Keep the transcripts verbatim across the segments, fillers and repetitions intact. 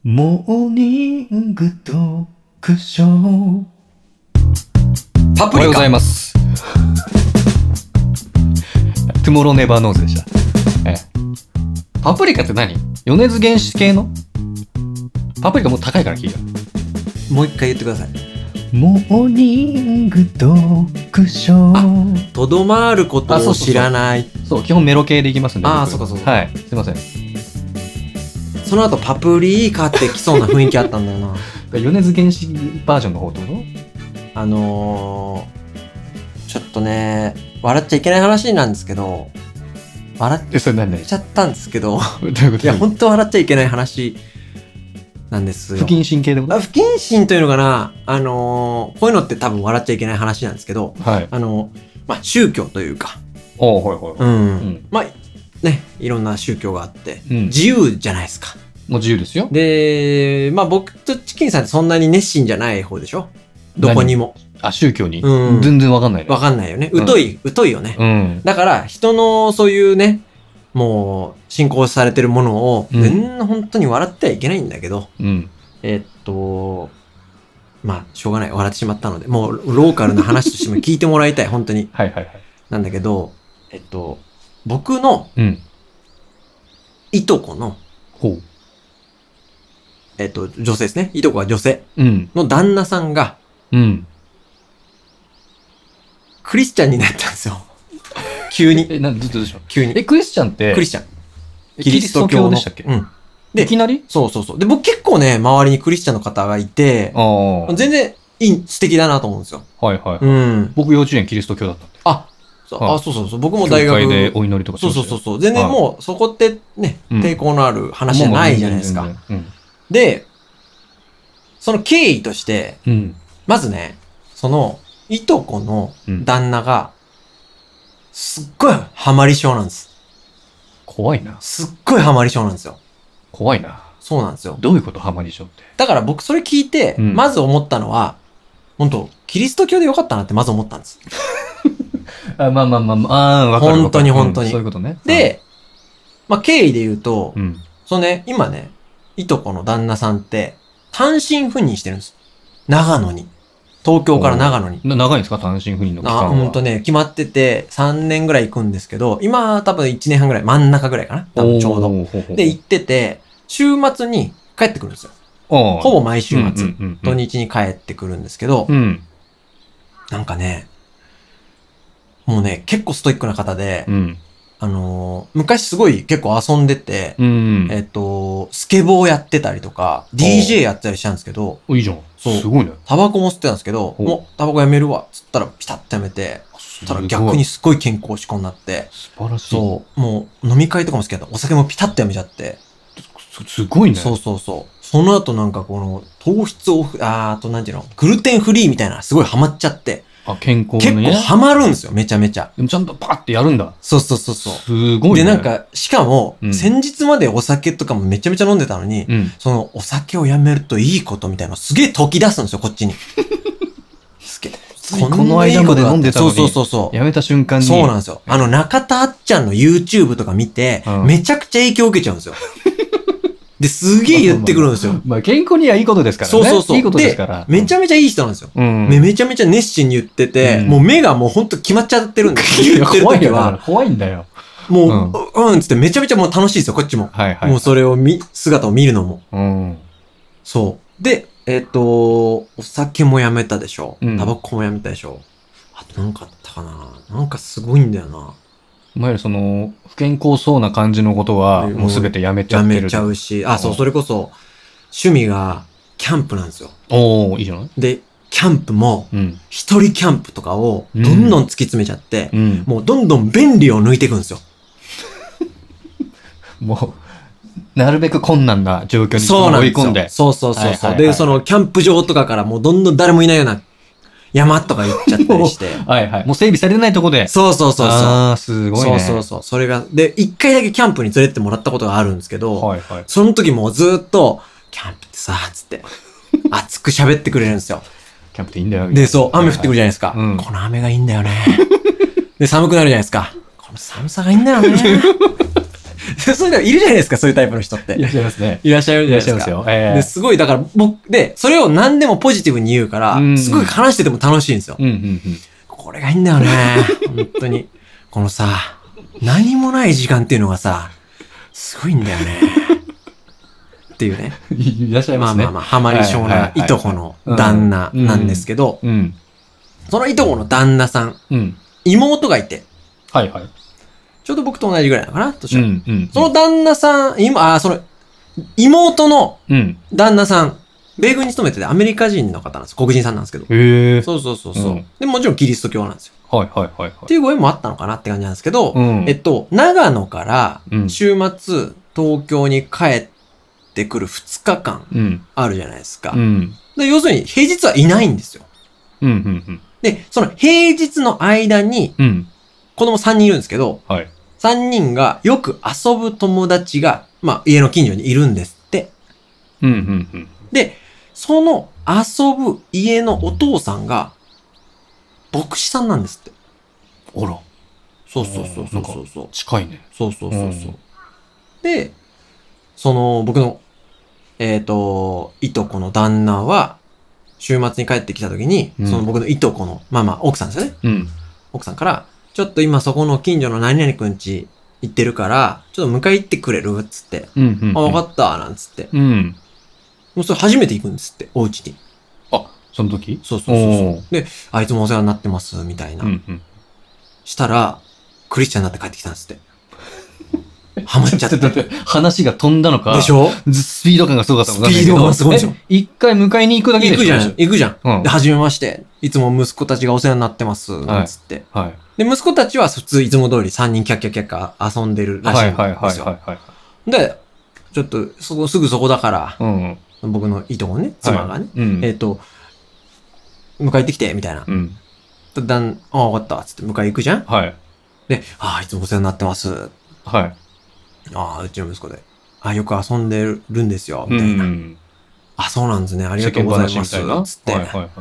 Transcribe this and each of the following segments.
モーニング読書。 パプリカ。 おはようございます。トゥモローネバーノーズでした。ええ、パプリカって何？米津玄師系の？パプリカもう高いから聞いた。 もう一回言ってください。 モーニング読書。 とどまることを知らない。 そう、基本メロ系でいきますんで。 ああ、そうかそうか。 はい、すいません。 その後パプリカってきそうな雰囲気あったんだよな。 米津玄師バージョンの方ってこと？ あのー、ちょっとね、笑っちゃいけない話なんですけど、笑っえ、それ何何？ ちゃったんですけど、 どういうこと？ いや、本当笑っちゃいけない話なんですよ。 不謹慎系でこと？ あ、不謹慎というのかな、あのー、こういうのって多分笑っちゃいけない話なんですけど、 はい。 あのー、まあ、宗教というか、 おー、はいはいはい。 うん。 うん、 まあ、ね、いろんな宗教があって、 うん、 自由じゃないですか。 もう自由ですよ。 で、まあ僕とチキンさんってそんなに熱心じゃない方でしょ？どこにも。 あ、宗教に、 うん、 全然わかんないね。 わかんないよね。疎い、うん、疎いよね。 うん。だから、人のそういうね、もう、信仰されてるものを、うん、全然本当に笑ってはいけないんだけど、うん、えー、っと、まあ、しょうがない。笑ってしまったので、もう、ローカルな話としても聞いてもらいたい、本当に。 はいはいはい。 なんだけど、えっと、僕の、 うん、 いとこの、 ほう。 えっと、女性ですね。いとこは女性の旦那さんが、うん。クリスチャンになったんですよ。急に。 え、なんで、どうでしょう？ 急に。 え、クリスチャンって、 クリスチャン。 キリスト教でしたっけ？ うん。 で、いきなり？ そうそうそう。で、僕結構ね、周りにクリスチャンの方がいて、あ全然いい、素敵だなと思うんですよ。 はいはい、はい。 うん。 僕幼稚園キリスト教だったんで。 あ、そう、はい、あ、そうそうそう。僕も大学。 教会でお祈りとかしました。そうそうそう。全然もう、そこってね、うん、抵抗のある話じゃないじゃないですか。うん、で、その経緯として、うん、まずね、その、いとこの旦那が、すっごいハマり症なんです。 怖いな。 すっごいハマり症なんですよ。 怖いな。そうなんですよ。 どういうことハマり症って。 だから僕それ聞いて、うん、まず思ったのは、本当キリスト教でよかったなってまず思ったんです。 あまあまあまあまあ、わかる。 本当に本当に、うん。 そういうことね。 で、まあ経緯で言うと、 うん、 そのね、今ね、いとこの旦那さんって、単身赴任してるんです。長野に。東京から長野に。 長いんですか単身赴任の期間は。 あ、ほんとね、決まってて、さんねんぐらい行くんですけど、今多分いちねんはんぐらい、真ん中ぐらいかな多分ちょうど。で、行ってて、週末に帰ってくるんですよ。ほぼ毎週末、土日に帰ってくるんですけど、うん、なんかね、もうね、結構ストイックな方で、うん、あのー、昔すごい結構遊んでて、うん、えっと、スケボーやってたりとか、ディージェー やってたりしたんですけど、 いいじゃん。そう。すごいね。 タバコも吸ってたんですけど、もうタバコやめるわ、つったらピタッとやめて、そしたら逆にすごい健康志向になって、 素晴らしい。 そう、もう飲み会とかも好きだった。お酒もピタッとやめちゃって。 すごいね。 そうそうそう。その後なんかこの糖質オフ、あーあとなんていうの、グルテンフリーみたいなすごいハマっちゃって。 あ、健康ね。 結構ハマるんですよ、めちゃめちゃ。 でもちゃんとパーってやるんだ。 そうそうそうそう。 すごいね。 で、なんか、しかも、うん、先日までお酒とかもめちゃめちゃ飲んでたのに、うん、そのお酒をやめるといいことみたいなのすげえ解き出すんですよ、こっちに。すげえ。 この間まで飲んでたのに、 そうそうそうそう。 やめた瞬間に。 そうなんですよ。あの、中田あっちゃんの YouTube とか見て、うん、めちゃくちゃ影響を受けちゃうんですよ。で、すげえ言ってくるんですよ。 まあ、まあ、健康にはいいことですからね。 そうそうそう。 いいことですから。 めちゃめちゃいい人なんですよ。うん、めちゃめちゃ熱心に言ってて、うん、もう目がもうほんと決まっちゃってるんですよ。言ってる時は。 怖いんだよ。 もう、うん、うんつってめちゃめちゃもう楽しいですよ、こっちも。はいはい。もうそれを見、姿を見るのも。うん。そう。で、えっと、お酒もやめたでしょ。タバコもやめたでしょ。あとなんかあったかな。なんかすごいんだよな。 いわゆるその、不健康そうな感じのことは、もうすべてやめちゃってる。 やめちゃうし、あ、そう、それこそ、趣味が、キャンプなんですよ。 おー、いいじゃない？ で、キャンプも、一人キャンプとかを、どんどん突き詰めちゃって、うん、もうどんどん便利を抜いていくんですよ。 もう、なるべく困難な状況に追い込んで。 そうそうそうそう。で、その、キャンプ場とかからもうどんどん誰もいないような、山とか行っちゃったりして。 はいはい。もう整備されてないとこで。 そうそうそうそう。 ああ、すごいね。 そうそうそう。それが、で、一回だけキャンプに連れてってもらったことがあるんですけど、はいはい。その時もずっと、キャンプってさ、つって、熱く喋ってくれるんですよ。 キャンプっていいんだよ。 で、そう、雨降ってくるじゃないですか。うん、この雨がいいんだよね。で、寒くなるじゃないですか。この寒さがいいんだよね。 それでもいるじゃないですか、そういうタイプの人って。 いらっしゃいますね。 いらっしゃるじゃないですか。 いらっしゃいますよ。えー、 ですごい、だから僕、で、それを何でもポジティブに言うから、 うんうん、 すごい話してても楽しいんですよ。 うんうんうん、 これがいいんだよね。本当に。このさ、何もない時間っていうのがさ、すごいんだよね。っていうね。 いらっしゃいますね。 まあまあまあ、ハマり性ないとこの旦那なんですけど、そのいとこの旦那さん、うん、妹がいて、 はいはい。 ちょうど僕と同じぐらいなのかな、年は、 うんうんうん。 その旦那さん、今、あ、その、妹の旦那さん、米軍に勤めててアメリカ人の方なんですよ。黒人さんなんですけど。 へえ。 そうそうそうそう、うん。で、もちろんキリスト教なんですよ。 はいはいはい、はい。 っていうご縁もあったのかなって感じなんですけど、うん、えっと、長野から週末東京に帰ってくるふつかかんあるじゃないですか。うん、で要するに平日はいないんですよ。 うんうんうん、 で、その平日の間に、子供さんにんいるんですけど、はい、さんにんがよく遊ぶ友達が、まあ家の近所にいるんですって。 うんうんうん、 で、その遊ぶ家のお父さんが、牧師さんなんですって。 あら。 そうそうそうそうそうそう。 近いね。 そうそうそうそう。で、その僕の、えっと、いとこの旦那は、週末に帰ってきた時に、うん、その僕のいとこの、まあまあ奥さんですよね。うん、奥さんから、ちょっと今そこの近所の何々くんち行ってるから、ちょっと迎え行ってくれるっつって。うんうんうん、あ、わかったなんつって。うん。もうそれ初めて行くんですって、お家に。 あ、その時？ そうそうそうそう。で、あいつもお世話になってます、みたいな。うんうん、したら、クリスチャンになって帰ってきたんですって。ハマっちゃって。 だって話が飛んだのか。 でしょ？ スピード感がすごかったのか。 スピードがすごいでしょ。 一回迎えに行くだけでしょ。 行くじゃん。行くじゃん。うん、で、はじめまして。いつも息子たちがお世話になってます。なんつって。はい。はい、で、息子たちは普通いつも通りさんにんキャッキャッキャッキャ遊んでるらしいんですよ。はいはいはいはい、はい。で、ちょっと、そこ、すぐそこだから、うんうん、僕のいとこね、妻がね、はい、うん、えっと、迎え行ってきて、みたいな。うん。だん、ああ、わかった。つって迎え行くじゃん。はい。で、ああ、いつもお世話になってます。はい。ああ、うちの息子で。ああ、よく遊んでるんですよ。みたいな。うん、あ、そうなんですね。ありがとうございます。つって、はいはいはい。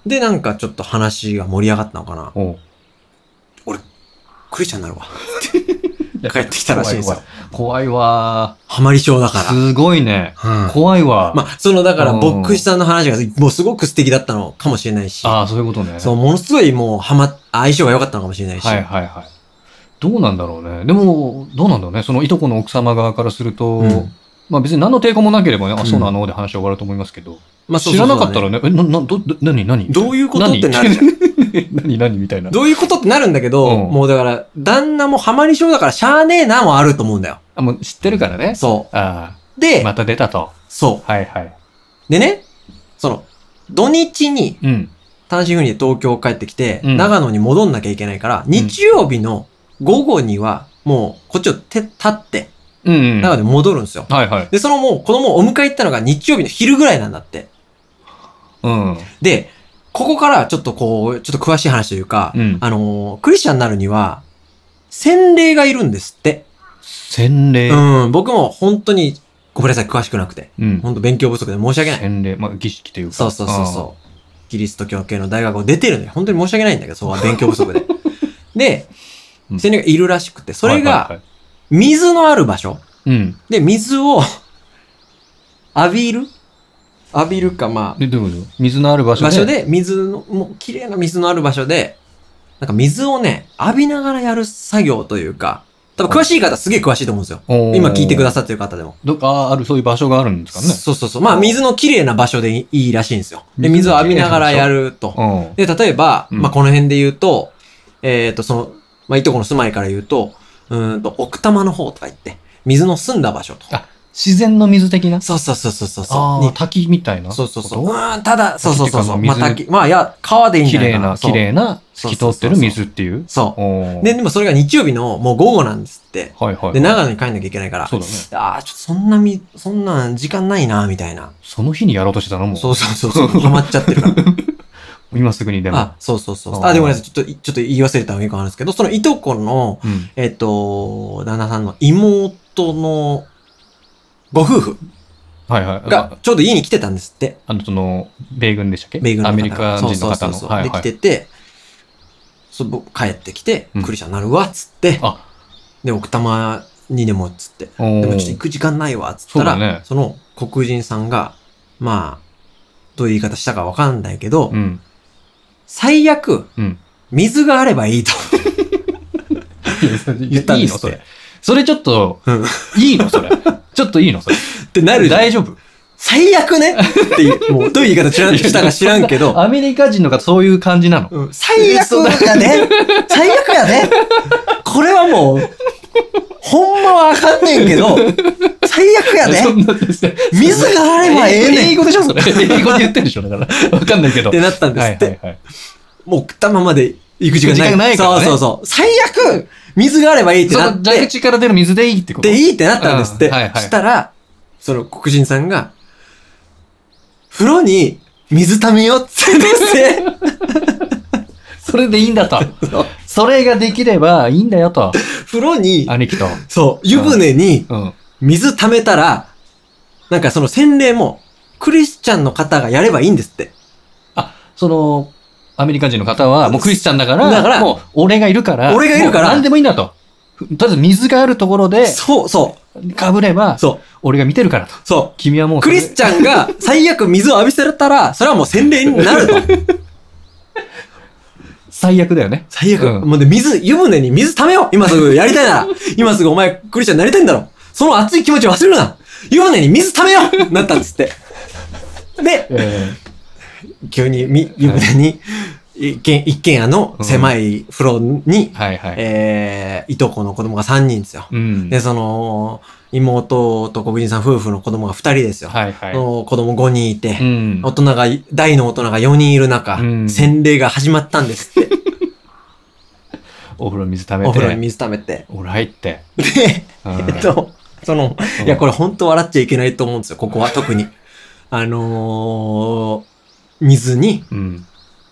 で、なんかちょっと話が盛り上がったのかな。俺、クリスチャンになるわ。帰ってきたらしいんですよ。 怖いわー。 ハマり症だから。 すごいね。うん、怖いわ。 まあ、その、だから、牧師さんの話が、もうすごく素敵だったのかもしれないし。 ああ、そういうことね。 そう、ものすごいもう、はま、相性が良かったのかもしれないし。はいはいはい。 どうなんだろうね。でも、どうなんだろうね。そのいとこの奥様側からすると、うん、まあ別に何の抵抗もなければね、あ、そうなので話は終わると思いますけど。まあそうそうそう、ね、知らなかったらね、え、な、な、ど、なになにどういうことってなるじゃん。 何何みたいな。 どういうことってなるんだけど、うん、もうだから、旦那もハマり症だからしゃーねえなもあると思うんだよ。 あ、もう知ってるからね。 そう。 ああ。で、また出たと。 そう。 はいはい。 でね、その、土日に、単身赴任で東京帰ってきて、うん、長野に戻んなきゃいけないから、うん、日曜日の午後には、もう、こっちをて立って、うんうん、長野に戻るんですよ。はいはい。で、そのもう、子供をお迎え行ったのが日曜日の昼ぐらいなんだって。うん。で、ここからちょっとこう、ちょっと詳しい話というか、うん、あのー、クリスチャンになるには、洗礼がいるんですって。 洗礼？ うん、僕も本当に、ごめんなさい、詳しくなくて。うん。本当勉強不足で申し訳ない。 洗礼、まあ、儀式というか。 そうそうそうそう。キリスト教系の大学を出てるんで、本当に申し訳ないんだけど、そうは勉強不足で。で、洗礼がいるらしくて、それが、水のある場所。うん。で、水を浴びる浴びるか、まあ。 で、どういうこと？水のある場所で。 場所で、水の、もう綺麗な水のある場所で、なんか水をね、浴びながらやる作業というか、多分詳しい方すげえ詳しいと思うんですよ。今聞いてくださってる方でも。 どっかある、そういう場所があるんですかね。 そうそうそう。まあ水の綺麗な場所でいいらしいんですよ。で、水を浴びながらやると。で、例えば、まあこの辺で言うと、えっと、その、まあいとこの住まいから言うと、うんと、奥多摩の方とか言って、水の澄んだ場所と。 あ、自然の水的な？ そうそうそうそうそう。 ああ、滝みたいな？ そうそうそう。うん、ただ、そうそうそうそう。まあ滝、まあいや、川でいいんじゃないかな。 綺麗な、綺麗な、透き通ってる水っていう。 そう。で、でもそれが日曜日のもう午後なんですって。はいはい。で、長野に帰んなきゃいけないから。 そうだね。 ああ、ちょっとそんなみ、そんな時間ないな、みたいな。 その日にやろうとしてたのもう。 そうそうそう。ハマっちゃってるから。 今すぐにでも。 あ、そうそうそう。あ、でもね、ちょっと、ちょっと言い忘れたのがいいかもなんですけど、そのいとこの、うん、えっと、旦那さんの妹のご夫婦。はいはい。が、ちょうど家に来てたんですって。 あの、その、米軍でしたっけ？ 米軍の方。 アメリカ人の方の。そうそうそう。で、来てて、そう、帰ってきて、クリスチャンになるわ、つって。あ、で、奥多摩にでもっつって。でもちょっと行く時間ないわっつったら、ね、その黒人さんが、まあ、どういう言い方したかわかんないけど、うん、最悪、うん、水があればいいと。言ったんですって。いいのそれ。それちょっと、うん、いいのそれ。ちょっといいのそれ。ってなる。大丈夫最悪ねっていう、もうどういう言い方したか知らんけど。アメリカ人の方そういう感じなの、うん、最悪やね最悪やねこれはもう、ほんまはあかんねんけど、最悪やね水があればええねん。英語でしょそれ。英語で言ってんでしょだから。わかんないけど。ってなったんですって。はいはいはい、もう食ったままで行く時間ない。時間ないからね。そうそうそう。最悪水があればいいってなって。その蛇口から出る水でいいってことでいいってなったんですって。はいはい、したら、その黒人さんが、風呂に水溜めよって言うんですね。それでいいんだと。それができればいいんだよと。風呂に、兄貴と。そう、湯船に水溜めたら、なんかその洗礼もクリスチャンの方がやればいいんですって。あ、その、アメリカ人の方はもうクリスチャンだから、だからもう俺がいるから、俺がいるから、何でもいいんだと。とりあえず水があるところで、そうそう。かぶれば、そう。俺が見てるからと。そう。君はもう。クリスチャンが最悪水を浴びせたら、それはもう洗礼になると。最悪だよね。最悪。うん、もうで、水、湯船に水溜めよう今すぐやりたいなら。今すぐお前クリスチャンになりたいんだろ。その熱い気持ちを忘れるな。湯船に水溜めようなったんですって。で、えー、急にみ湯船に、一軒、一軒家の狭い風呂に、うんはいはい、えー、いとこの子供がさんにんですよ。うん、で、その、妹と黒人さん夫婦の子供がふたりですよ。はいはい、その子供ごにんいて、うん、大人が、大の大人がよにんいる中、うん、洗礼が始まったんですって。お風呂水溜めて。お風呂に水溜めて。お風呂入って。で、うん、えっと、その、うん、いや、これ本当笑っちゃいけないと思うんですよ、ここは特に。あのー、水に、うん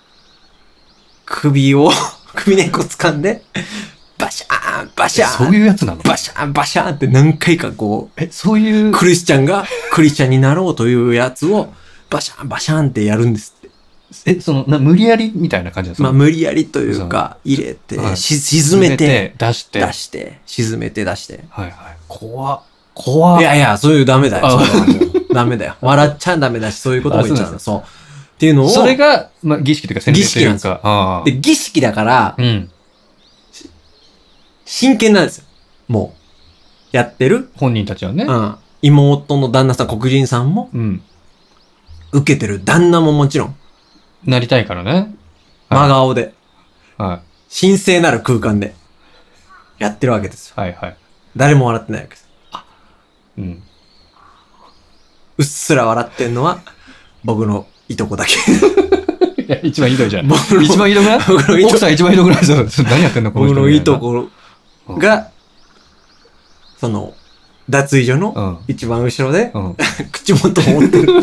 首を、首根っこ掴んで、バシャーン、バシャーン。そういうやつなのバシャーン、バシャーンって何回かこう、え、そういう。クリスチャンがクリスチャンになろうというやつを、バシャーン、バシャーンってやるんですって。え、その、な無理やりみたいな感じですかまあ無理やりというか、入れて、し沈めて、出して、出して、沈めて出して。はいはい。怖っ。怖っ。いやいや、そういうダメだよ。ダメだよ。笑っちゃダメだし、そういうことも言っちゃうの。そう。っていうのを。それが、まあ、儀式というか洗礼というか。あで、儀式だから、うん、真剣なんですよ。もう。やってる。本人たちはね。うん。妹の旦那さん、黒人さんも、うん、受けてる旦那ももちろん。なりたいからね。真顔で。はい。神聖なる空間で、やってるわけですよ。はいはい。誰も笑ってないわけです。あ、うん。うっすら笑ってんのは、僕のいとこだけ。いや、一番ひどいじゃん。一番ひどくない奥さん一番ひどくないですよ。何やってんのこの人。僕のいとこが、うん、その、脱衣所の一番後ろで、うん、口元を持ってる。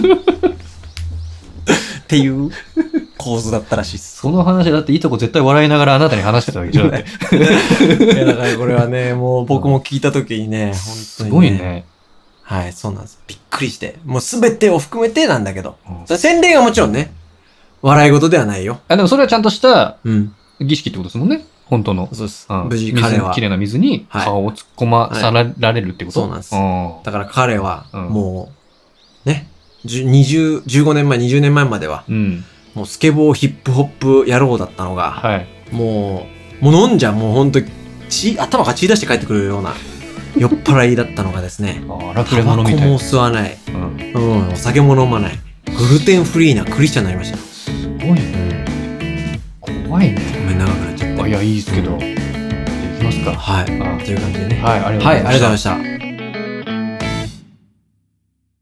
っていう構図だったらしいです。その話だっていとこ絶対笑いながらあなたに話してたわけでしょだって。いや、だからこれはね、もう僕も聞いたときにね、本当に、ね。すごいね。はい、そうなんです。びっくりして。もうすべてを含めてなんだけど。うん、それ洗礼がもちろんね、笑い事ではないよ。あ、でもそれはちゃんとした儀式ってことですもんね。本当の。そうです。うん、無事彼は。綺麗な水に顔を突っ込まさられるってこと、はいはい、そうなんです。だから彼は、もう、ね、にじゅう、じゅうごねんまえ、にじゅうねんまえまでは、うん、もうスケボーヒップホップ野郎だったのが、はい、もう、もう飲んじゃもう本当に血、頭が血出して帰ってくるような、酔っ払いだったのがですね、タバコも吸わない、うん、うん、お酒も飲まない、グルテンフリーなクリスチャンになりました。すごいね。怖いね。ごめん、長くなっちゃった。いや、いいですけど。いきますか。はい。という感じでね。はい、ありがとうございました。